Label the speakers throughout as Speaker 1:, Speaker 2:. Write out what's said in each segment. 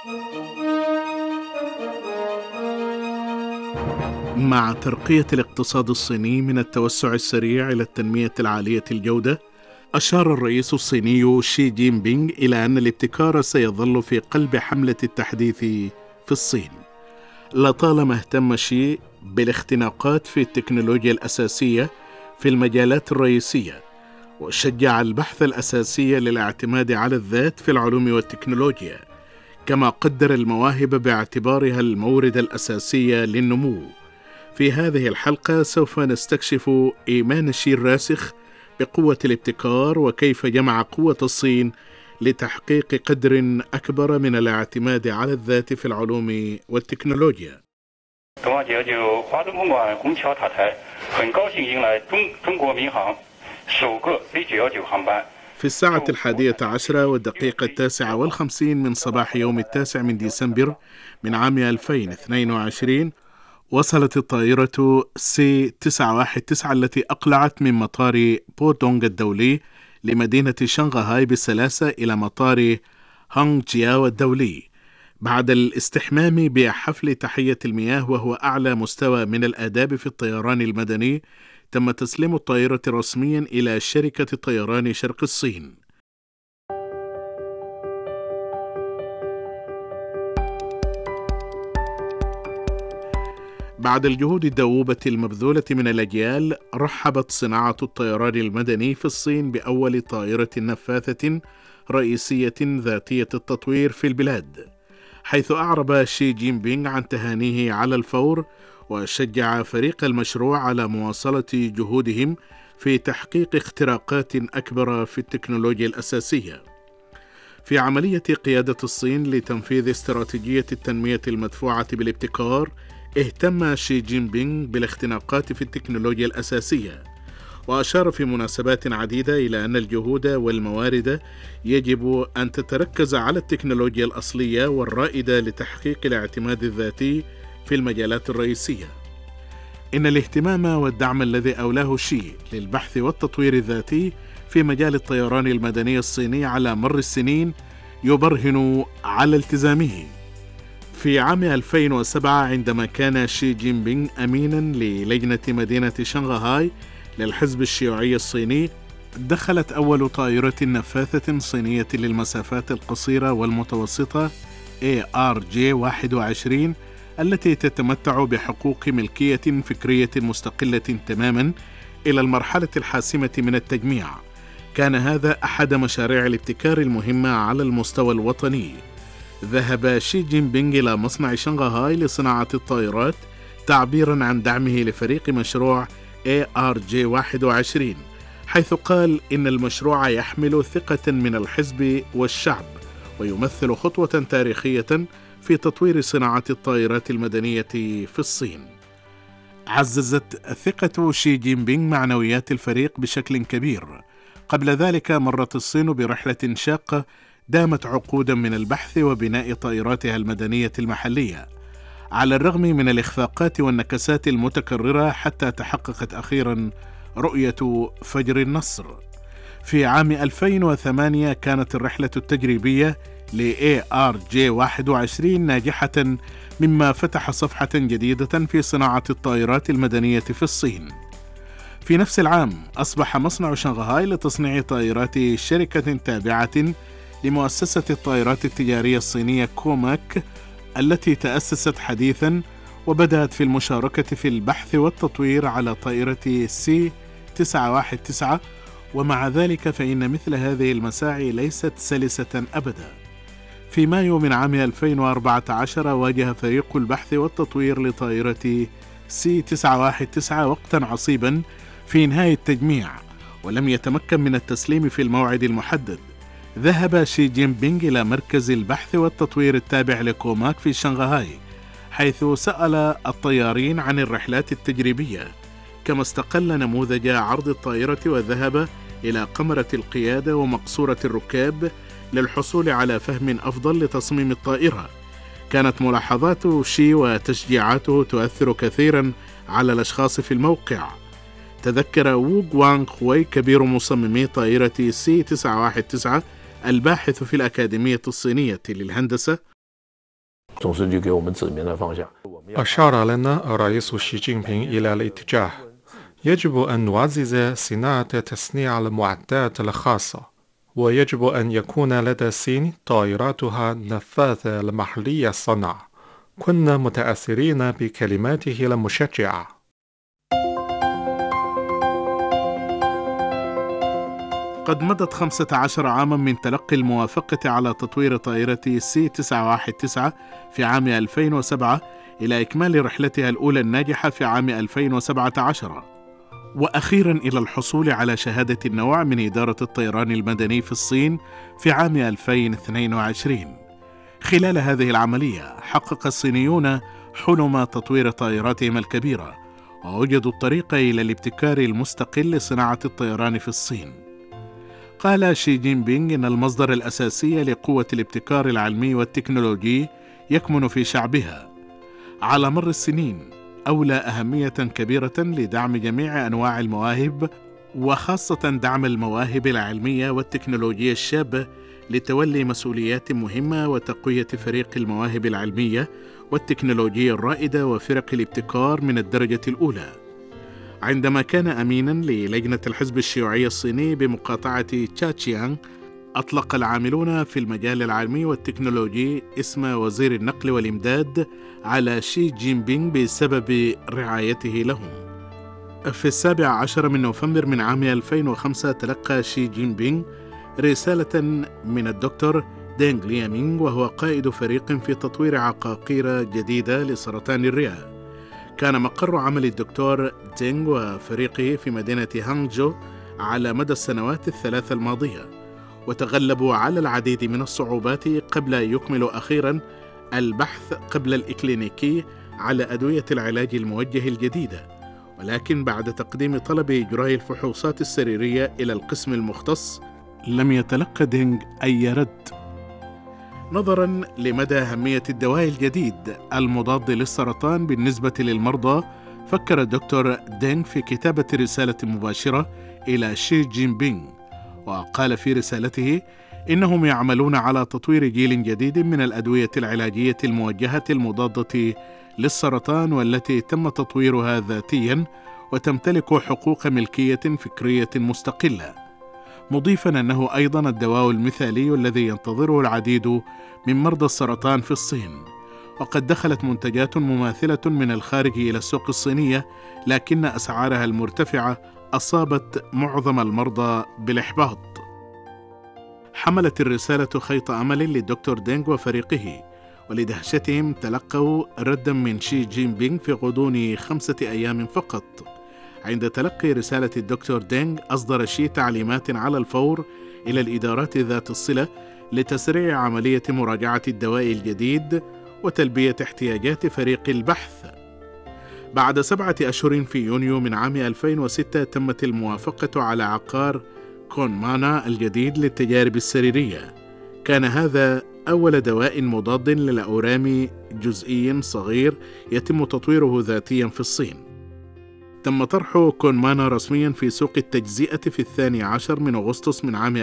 Speaker 1: مع ترقية الاقتصاد الصيني من التوسع السريع إلى التنمية العالية الجودة، أشار الرئيس الصيني شي جين بينغ إلى أن الابتكار سيظل في قلب حملة التحديث في الصين. لطالما اهتم شي بالاختناقات في التكنولوجيا الأساسية في المجالات الرئيسية، وشجع البحث الأساسي للاعتماد على الذات في العلوم والتكنولوجيا، كما قدر المواهب باعتبارها المورد الأساسي للنمو. في هذه الحلقة سوف نستكشف إيمان شي الراسخ بقوة الابتكار، وكيف جمع قوة الصين لتحقيق قدر أكبر من الاعتماد على الذات في العلوم والتكنولوجيا. في الساعة 11:59 من صباح يوم 9 من ديسمبر من عام 2022 وصلت الطائرة C919 التي أقلعت من مطار بودونغ الدولي لمدينة شنغهاي بالسلاسة إلى مطار هونغ جياو الدولي بعد الاستحمام بحفل تحية المياه، وهو أعلى مستوى من الآداب في الطيران المدني. تم تسليم الطائرة رسميا إلى شركة طيران شرق الصين. بعد الجهود الدؤوبة المبذولة من الأجيال، رحبت صناعة الطيران المدني في الصين بأول طائرة نفاثة رئيسية ذاتية التطوير في البلاد، حيث أعرب شي جين بينغ عن تهانيه على الفور، وشجع فريق المشروع على مواصلة جهودهم في تحقيق اختراقات أكبر في التكنولوجيا الأساسية. في عملية قيادة الصين لتنفيذ استراتيجية التنمية المدفوعة بالابتكار، اهتم شي جين بينغ بالاختناقات في التكنولوجيا الأساسية، وأشار في مناسبات عديدة إلى أن الجهود والموارد يجب أن تتركز على التكنولوجيا الأصلية والرائدة لتحقيق الاعتماد الذاتي في المجالات الرئيسية. إن الاهتمام والدعم الذي أولاه شي للبحث والتطوير الذاتي في مجال الطيران المدني الصيني على مر السنين يبرهن على التزامه. في عام 2007 عندما كان شي جين بينغ أمينا للجنة مدينة شنغهاي للحزب الشيوعي الصيني، دخلت أول طائرة نفاثة صينية للمسافات القصيرة والمتوسطة ARJ-21 التي تتمتع بحقوق ملكية فكرية مستقلة تماما إلى المرحلة الحاسمة من التجميع. كان هذا أحد مشاريع الابتكار المهمة على المستوى الوطني. ذهب شي جين بينغ إلى مصنع شنغهاي لصناعة الطائرات تعبيرا عن دعمه لفريق مشروع ARJ-21، حيث قال إن المشروع يحمل ثقة من الحزب والشعب ويمثل خطوة تاريخية في تطوير صناعة الطائرات المدنية في الصين. عززت ثقة شي جين بينغ معنويات الفريق بشكل كبير. قبل ذلك مرت الصين برحلة شاقة دامت عقودا من البحث وبناء طائراتها المدنية المحلية، على الرغم من الإخفاقات والنكسات المتكررة، حتى تحققت أخيرا رؤية فجر النصر. في عام 2008 كانت الرحلة التجريبية ل ARJ-21 ناجحة، مما فتح صفحة جديدة في صناعة الطائرات المدنية في الصين. في نفس العام أصبح مصنع شنغهاي لتصنيع طائرات شركة تابعة لمؤسسة الطائرات التجارية الصينية كوماك التي تأسست حديثا، وبدأت في المشاركة في البحث والتطوير على طائرة C919. ومع ذلك فإن مثل هذه المساعي ليست سلسة أبدا. في مايو من عام 2014 واجه فريق البحث والتطوير لطائرة C919 وقتا عصيبا في نهاية التجميع، ولم يتمكن من التسليم في الموعد المحدد. ذهب شي جين بينغ إلى مركز البحث والتطوير التابع لكوماك في شنغهاي، حيث سأل الطيارين عن الرحلات التجريبية، كما استقل نموذج عرض الطائرة وذهب إلى قمرة القيادة ومقصورة الركاب للحصول على فهم أفضل لتصميم الطائرة. كانت ملاحظات شي وتشجيعاته تؤثر كثيرا على الأشخاص في الموقع. تذكر وو غوانغ خوي كبير مصممي طائرة C919 الباحث في الأكاديمية الصينية للهندسة
Speaker 2: أشار لنا الرئيس شي جين بينغ إلى الاتجاه. يجب أن نعزز صناعة تصنيع المعدات الخاصة، ويجب أن يكون لدى الصين طائراتها نفاذة المحلية الصنع. كنا متأثرين بكلماته المشجعة.
Speaker 1: قد مضت 15 عاما من تلقي الموافقة على تطوير طائرة سي 919 في عام 2007 إلى إكمال رحلتها الأولى الناجحة في عام 2017، وأخيرا إلى الحصول على شهادة النوع من إدارة الطيران المدني في الصين في عام 2022. خلال هذه العملية حقق الصينيون حلم تطوير طائراتهم الكبيرة، ووجدوا الطريق إلى الابتكار المستقل لصناعة الطيران في الصين. قال شي جين بينغ إن المصدر الأساسي لقوة الابتكار العلمي والتكنولوجي يكمن في شعبها. على مر السنين أولى أهمية كبيرة لدعم جميع أنواع المواهب، وخاصة دعم المواهب العلمية والتكنولوجية الشابة لتولي مسؤوليات مهمة وتقوية فريق المواهب العلمية والتكنولوجية الرائدة وفرق الابتكار من الدرجة الأولى. عندما كان أميناً للجنة الحزب الشيوعي الصيني بمقاطعة تشاتشيانغ، أطلق العاملون في المجال العلمي والتكنولوجي اسم وزير النقل والإمداد على شي جين بينغ بسبب رعايته لهم. في 17 من نوفمبر من عام 2005 تلقى شي جين بينغ رسالة من الدكتور دينغ ليامينغ، وهو قائد فريق في تطوير عقاقير جديدة لسرطان الرئة. كان مقر عمل الدكتور دينغ وفريقه في مدينة هانجزو على مدى السنوات الثلاث الماضية، وتغلبوا على العديد من الصعوبات قبل يكملوا أخيراً البحث قبل الإكلينيكي على أدوية العلاج الموجه الجديدة. ولكن بعد تقديم طلب إجراء الفحوصات السريرية إلى القسم المختص لم يتلقى دينغ أي رد. نظراً لمدى أهمية الدواء الجديد المضاد للسرطان بالنسبة للمرضى، فكر الدكتور دينغ في كتابة رسالة مباشرة إلى شي جين بينغ، وقال في رسالته إنهم يعملون على تطوير جيل جديد من الأدوية العلاجية الموجهة المضادة للسرطان، والتي تم تطويرها ذاتياً وتمتلك حقوق ملكية فكرية مستقلة، مضيفاً أنه أيضاً الدواء المثالي الذي ينتظره العديد من مرضى السرطان في الصين. وقد دخلت منتجات مماثلة من الخارج إلى السوق الصينية، لكن أسعارها المرتفعة أصابت معظم المرضى بالإحباط. حملت الرسالة خيط أمل للدكتور دينغ وفريقه، ولدهشتهم تلقوا ردا من شي جين بينغ في غضون 5 أيام فقط. عند تلقي رسالة الدكتور دينغ أصدر شي تعليمات على الفور إلى الإدارات ذات الصلة لتسريع عملية مراجعة الدواء الجديد وتلبية احتياجات فريق البحث. بعد 7 أشهر في يونيو من عام 2006 تمت الموافقة على عقار كونمانا الجديد للتجارب السريرية. كان هذا أول دواء مضاد للأورام جزئي صغير يتم تطويره ذاتيا في الصين. تم طرح كونمانا رسميا في سوق التجزئة في 12 من أغسطس من عام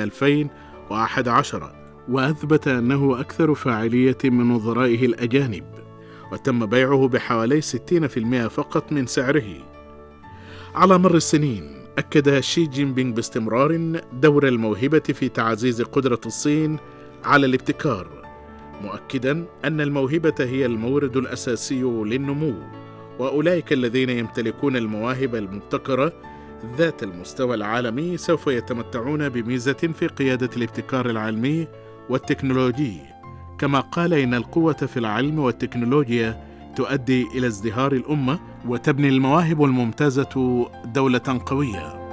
Speaker 1: 2011، وأثبت أنه أكثر فاعلية من نظرائه الأجانب، وتم بيعه بحوالي 60% فقط من سعره. على مر السنين أكد شي جين بينغ باستمرار دور الموهبة في تعزيز قدرة الصين على الابتكار، مؤكدا أن الموهبة هي المورد الأساسي للنمو، وأولئك الذين يمتلكون المواهب المبتكرة ذات المستوى العالمي سوف يتمتعون بميزة في قيادة الابتكار العلمي والتكنولوجي. كما قال إن القوة في العلم والتكنولوجيا تؤدي إلى ازدهار الأمة، وتبني المواهب الممتازة دولة قوية.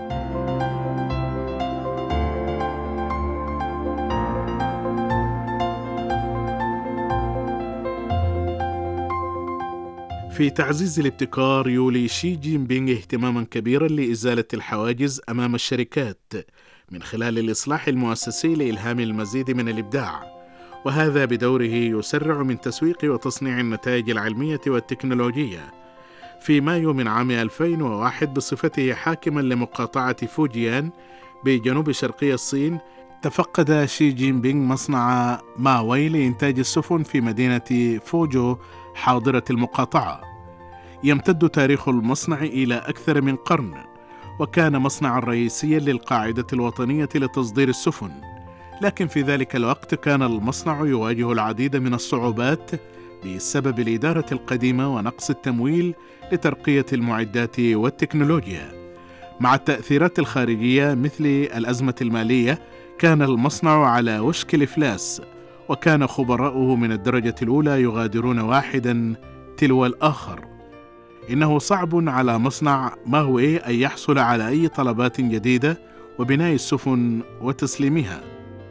Speaker 1: في تعزيز الابتكار يولي شي جين بينغ اهتماما كبيرا لإزالة الحواجز أمام الشركات من خلال الإصلاح المؤسسي لإلهام المزيد من الإبداع، وهذا بدوره يسرع من تسويق وتصنيع النتائج العلمية والتكنولوجية. في مايو من عام 2001 بصفته حاكما لمقاطعة فوجيان بجنوب شرقي الصين، تفقد شي جين بينغ مصنع ماوي لإنتاج السفن في مدينة فوجو حاضرة المقاطعة. يمتد تاريخ المصنع إلى أكثر من قرن، وكان مصنعاً رئيسياً للقاعدة الوطنية لتصدير السفن، لكن في ذلك الوقت كان المصنع يواجه العديد من الصعوبات بسبب الإدارة القديمة ونقص التمويل لترقية المعدات والتكنولوجيا. مع التأثيرات الخارجية مثل الأزمة المالية، كان المصنع على وشك الإفلاس، وكان خبراؤه من الدرجة الأولى يغادرون واحداً تلو الآخر. إنه صعب على مصنع ماوي أن يحصل على أي طلبات جديدة وبناء السفن وتسليمها.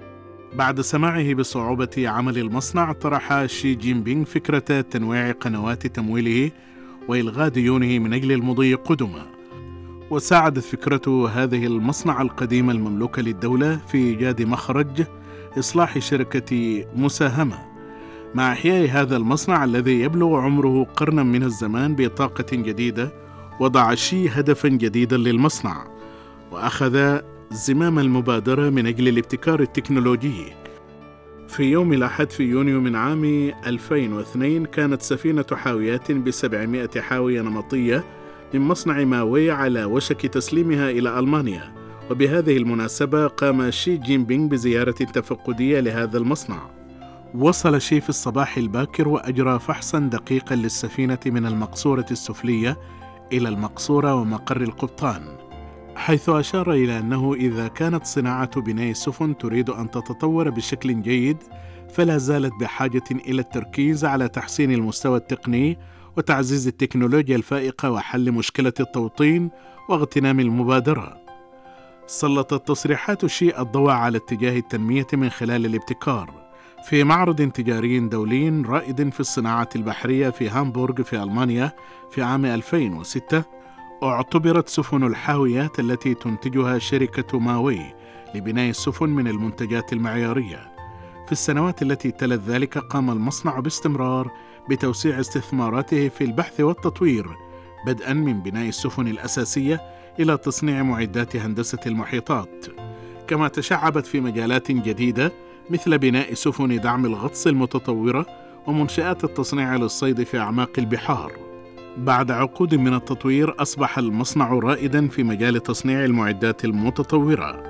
Speaker 1: بعد سماعه بصعوبة عمل المصنع، طرح شي جين بينغ فكرة تنويع قنوات تمويله وإلغاء ديونه من أجل المضي قدما. وساعدت فكرة هذه المصنع القديمة المملوكة للدولة في إيجاد مخرج إصلاح شركة مساهمة. مع إحياء هذا المصنع الذي يبلغ عمره قرنا من الزمان بطاقة جديدة، وضع شي هدفا جديدا للمصنع، وأخذ زمام المبادرة من أجل الابتكار التكنولوجي. في يوم الأحد في يونيو من عام 2002، كانت سفينة حاويات ب700 حاوية نمطية من مصنع ماوي على وشك تسليمها إلى ألمانيا. وبهذه المناسبة قام شي جين بينغ بزيارة تفقدية لهذا المصنع. وصل شي في الصباح الباكر وأجرى فحصا دقيقا للسفينة من المقصورة السفلية إلى المقصورة ومقر القبطان، حيث أشار إلى أنه إذا كانت صناعة بناء السفن تريد أن تتطور بشكل جيد، فلا زالت بحاجة إلى التركيز على تحسين المستوى التقني وتعزيز التكنولوجيا الفائقة وحل مشكلة التوطين واغتنام المبادرة. سلطت تصريحات شي الضوء على اتجاه التنمية من خلال الابتكار. في معرض تجاري دولي رائد في الصناعة البحرية في هامبورغ في ألمانيا في عام 2006، اعتبرت سفن الحاويات التي تنتجها شركة ماوي لبناء السفن من المنتجات المعيارية. في السنوات التي تلت ذلك، قام المصنع باستمرار بتوسيع استثماراته في البحث والتطوير، بدءا من بناء السفن الأساسية إلى تصنيع معدات هندسة المحيطات، كما تشعبت في مجالات جديدة مثل بناء سفن دعم الغطس المتطورة ومنشآت التصنيع للصيد في أعماق البحار. بعد عقود من التطوير، أصبح المصنع رائدا في مجال تصنيع المعدات المتطورة.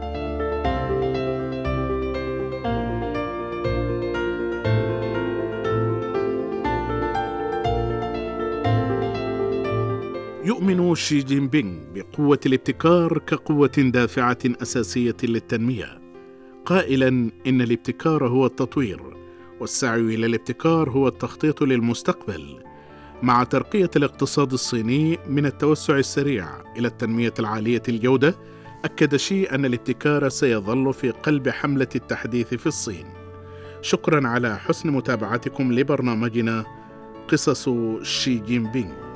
Speaker 1: يؤمن شي جين بينغ بقوة الابتكار كقوة دافعة أساسية للتنمية، قائلا إن الابتكار هو التطوير، والسعي إلى الابتكار هو التخطيط للمستقبل. مع ترقية الاقتصاد الصيني من التوسع السريع إلى التنمية العالية الجودة، أكد شي أن الابتكار سيظل في قلب حملة التحديث في الصين. شكرا على حسن متابعتكم لبرنامجنا قصص شي جين بينغ.